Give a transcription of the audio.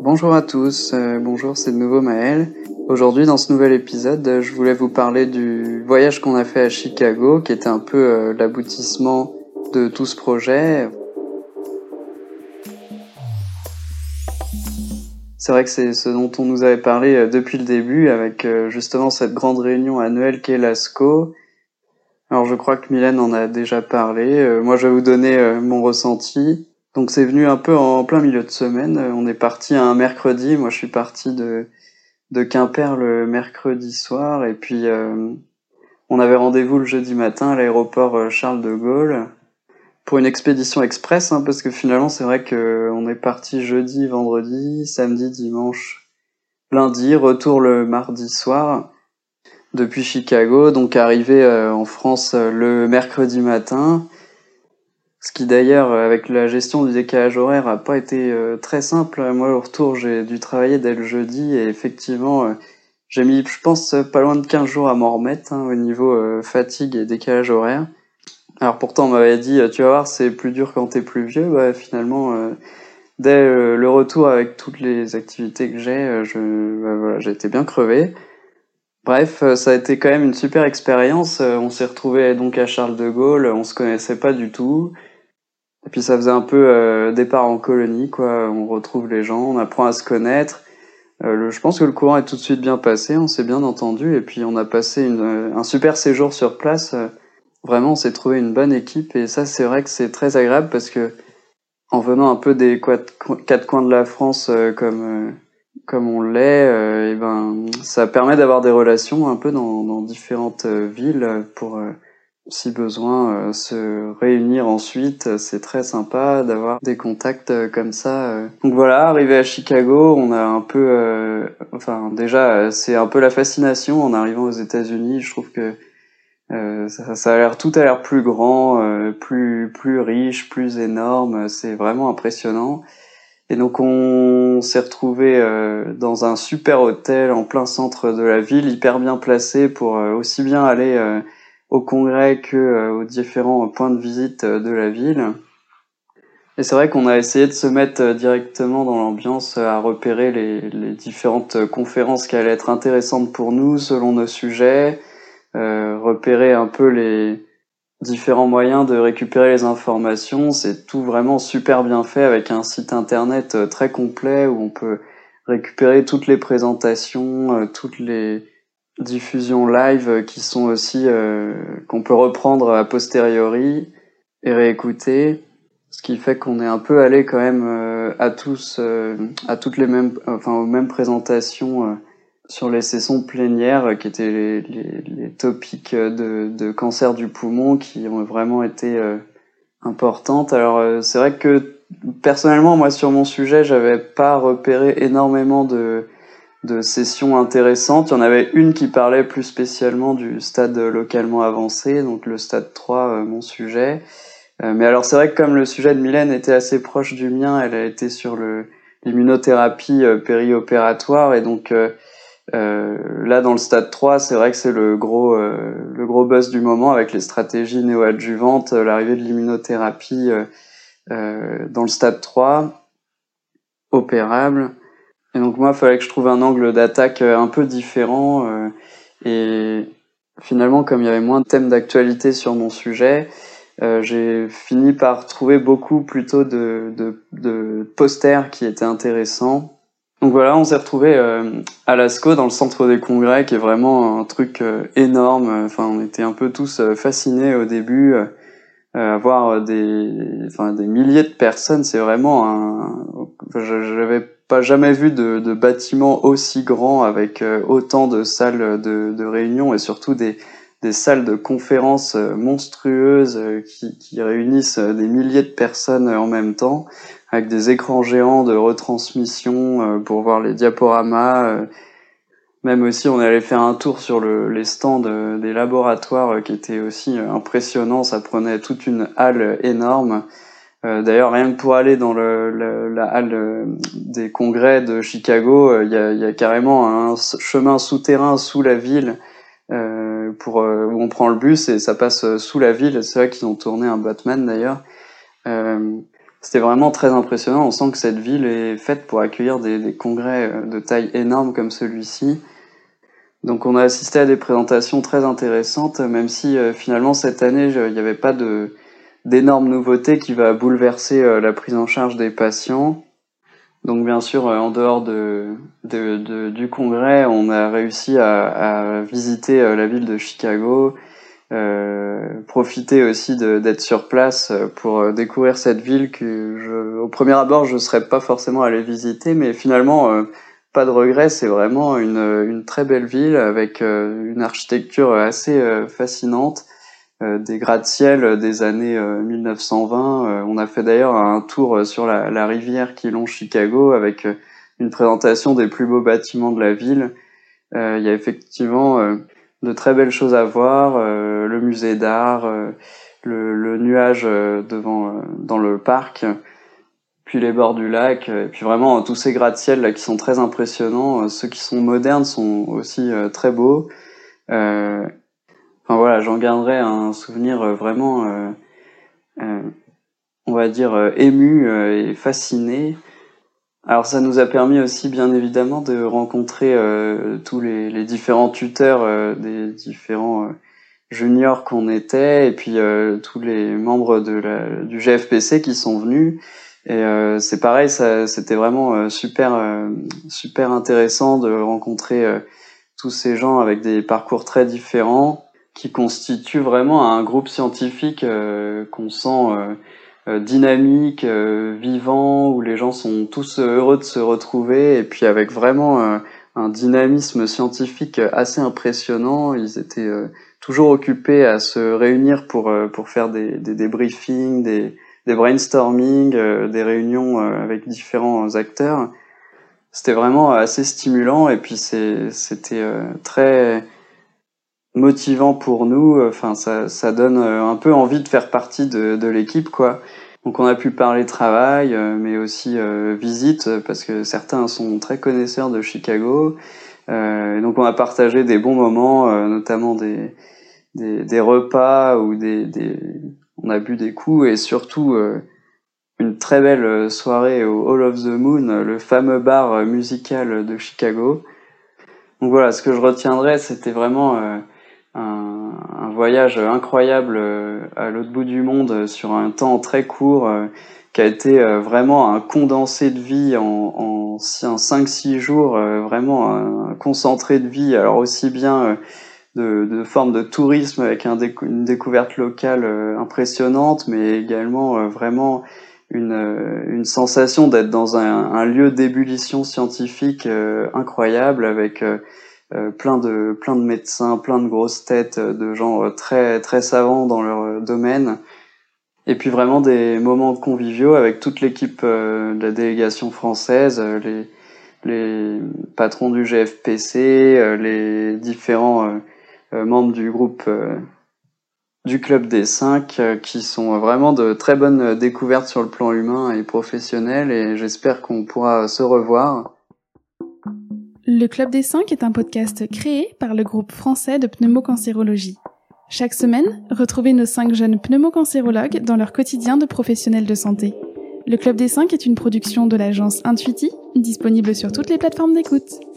Bonjour à tous, bonjour, c'est de nouveau Maël. Aujourd'hui, dans ce nouvel épisode, je voulais vous parler du voyage qu'on a fait à Chicago, qui était un peu l'aboutissement de tout ce projet. C'est vrai que c'est ce dont on nous avait parlé depuis le début, avec justement cette grande réunion annuelle qu'est l'ASCO. Alors je crois que Mylène en a déjà parlé, moi je vais vous donner mon ressenti. Donc c'est venu un peu en plein milieu de semaine, on est parti un mercredi, moi je suis parti de Quimper le mercredi soir, et puis on avait rendez-vous le jeudi matin à l'aéroport Charles de Gaulle pour une expédition express, parce que finalement c'est vrai que on est parti jeudi, vendredi, samedi, dimanche, lundi, retour le mardi soir depuis Chicago, donc arrivé en France le mercredi matin. Ce qui d'ailleurs, avec la gestion du décalage horaire, a pas été très simple. Moi, au retour, j'ai dû travailler dès le jeudi et effectivement, j'ai mis, je pense, pas loin de 15 jours à m'en remettre au niveau fatigue et décalage horaire. Alors pourtant, on m'avait dit, tu vas voir, c'est plus dur quand t'es plus vieux. Ouais, finalement, dès le retour avec toutes les activités que j'ai, voilà, j'ai été bien crevé. Bref, ça a été quand même une super expérience. On s'est retrouvés donc à Charles de Gaulle, on se connaissait pas du tout. Et puis ça faisait un peu départ en colonie, quoi. On retrouve les gens, on apprend à se connaître. Je pense que le courant est tout de suite bien passé, on s'est bien entendu, et puis on a passé un super séjour sur place. Vraiment, on s'est trouvé une bonne équipe, et ça, c'est vrai que c'est très agréable parce que en venant un peu des quatre coins de la France comme on l'est, et ben ça permet d'avoir des relations un peu dans différentes villes pour si besoin, se réunir ensuite. C'est très sympa d'avoir des contacts comme ça. Donc voilà, arrivé à Chicago, on a un peu... déjà, c'est un peu la fascination en arrivant aux États-Unis. Je trouve que tout a l'air plus grand, plus riche, plus énorme. C'est vraiment impressionnant. Et donc on s'est retrouvé dans un super hôtel en plein centre de la ville, hyper bien placé pour aussi bien aller au congrès que aux différents points de visite de la ville. Et c'est vrai qu'on a essayé de se mettre directement dans l'ambiance, à repérer les différentes conférences qui allaient être intéressantes pour nous selon nos sujets, repérer un peu les différents moyens de récupérer les informations. C'est tout vraiment super bien fait avec un site internet très complet où on peut récupérer toutes les présentations, toutes les diffusions live qui sont aussi qu'on peut reprendre a posteriori et réécouter, ce qui fait qu'on est un peu allé quand même à toutes les mêmes aux mêmes présentations sur les sessions plénières qui étaient les topics de cancer du poumon qui ont vraiment été importantes. Alors c'est vrai que personnellement, moi sur mon sujet, j'avais pas repéré énormément de sessions intéressantes. Il y en avait une qui parlait plus spécialement du stade localement avancé, donc le stade 3, mon sujet. Mais alors c'est vrai que comme le sujet de Mylène était assez proche du mien, elle a été sur l'immunothérapie périopératoire, et donc là dans le stade 3, c'est vrai que c'est le gros buzz du moment avec les stratégies néoadjuvantes, l'arrivée de l'immunothérapie dans le stade 3, opérable. Et donc moi, il fallait que je trouve un angle d'attaque un peu différent. Et finalement, comme il y avait moins de thèmes d'actualité sur mon sujet, j'ai fini par trouver beaucoup plutôt de posters qui étaient intéressants. Donc voilà, on s'est retrouvé à l'ASCO, dans le centre des congrès, qui est vraiment un truc énorme. Enfin, on était un peu tous fascinés au début. Avoir des milliers de personnes, c'est vraiment j'avais pas jamais vu de bâtiment aussi grand avec autant de salles de réunion et surtout des salles de conférences monstrueuses qui réunissent des milliers de personnes en même temps, avec des écrans géants de retransmission pour voir les diaporamas. Même aussi, on est allé faire un tour sur les stands des laboratoires qui étaient aussi impressionnants. Ça prenait toute une halle énorme. D'ailleurs, rien que pour aller dans la halle des congrès de Chicago, il y a carrément un chemin souterrain sous la ville où on prend le bus et ça passe sous la ville. C'est vrai qu'ils ont tourné un Batman d'ailleurs. c'était vraiment très impressionnant. On sent que cette ville est faite pour accueillir des congrès de taille énorme comme celui-ci. Donc on a assisté à des présentations très intéressantes, même si finalement cette année il n'y avait pas d'énormes nouveautés qui va bouleverser la prise en charge des patients. Donc bien sûr, en dehors du congrès, on a réussi à visiter la ville de Chicago, profiter aussi d'être sur place pour découvrir cette ville que au premier abord je serais pas forcément allé visiter, mais finalement pas de regret, c'est vraiment une très belle ville avec une architecture assez fascinante, des gratte-ciel des années 1920. On a fait d'ailleurs un tour sur la rivière qui longe Chicago avec une présentation des plus beaux bâtiments de la ville. Il y a effectivement de très belles choses à voir, le musée d'art, le nuage dans le parc, puis les bords du lac, et puis vraiment tous ces gratte-ciel là qui sont très impressionnants. Ceux qui sont modernes sont aussi très beaux. Enfin voilà, j'en garderai un souvenir vraiment, on va dire, ému et fasciné. Alors ça nous a permis aussi bien évidemment de rencontrer tous les différents tuteurs des différents juniors qu'on était, et puis tous les membres du GFPC qui sont venus. Et c'est pareil, c'était vraiment super intéressant de rencontrer tous ces gens avec des parcours très différents qui constituent vraiment un groupe scientifique qu'on sent dynamique, vivant, où les gens sont tous heureux de se retrouver, et puis avec vraiment un dynamisme scientifique assez impressionnant. Ils étaient toujours occupés à se réunir pour faire des briefings, des brainstorming, des réunions avec différents acteurs. C'était vraiment assez stimulant, et puis c'était très motivant pour nous. Enfin, ça donne un peu envie de faire partie de l'équipe, quoi. Donc on a pu parler travail, mais aussi visite, parce que certains sont très connaisseurs de Chicago. Et donc on a partagé des bons moments, notamment des repas où on a bu des coups, et surtout une très belle soirée au Hall of the Moon, le fameux bar musical de Chicago. Donc voilà, ce que je retiendrai, c'était vraiment un voyage incroyable à l'autre bout du monde sur un temps très court, qui a été vraiment un condensé de vie en 5-6 jours, vraiment un concentré de vie, alors aussi bien de forme de tourisme avec une découverte locale impressionnante, mais également vraiment une sensation d'être dans un lieu d'ébullition scientifique incroyable, avec plein de médecins, plein de grosses têtes, de gens très très savants dans leur domaine, et puis vraiment des moments conviviaux avec toute l'équipe de la délégation française, les patrons du GFPC, les différents membres du groupe du Club des 5, qui sont vraiment de très bonnes découvertes sur le plan humain et professionnel, et j'espère qu'on pourra se revoir. Le Club des 5 est un podcast créé par le groupe français de pneumocancérologie. Chaque semaine, retrouvez nos 5 jeunes pneumocancérologues dans leur quotidien de professionnels de santé. Le Club des 5 est une production de l'agence Intuiti, disponible sur toutes les plateformes d'écoute.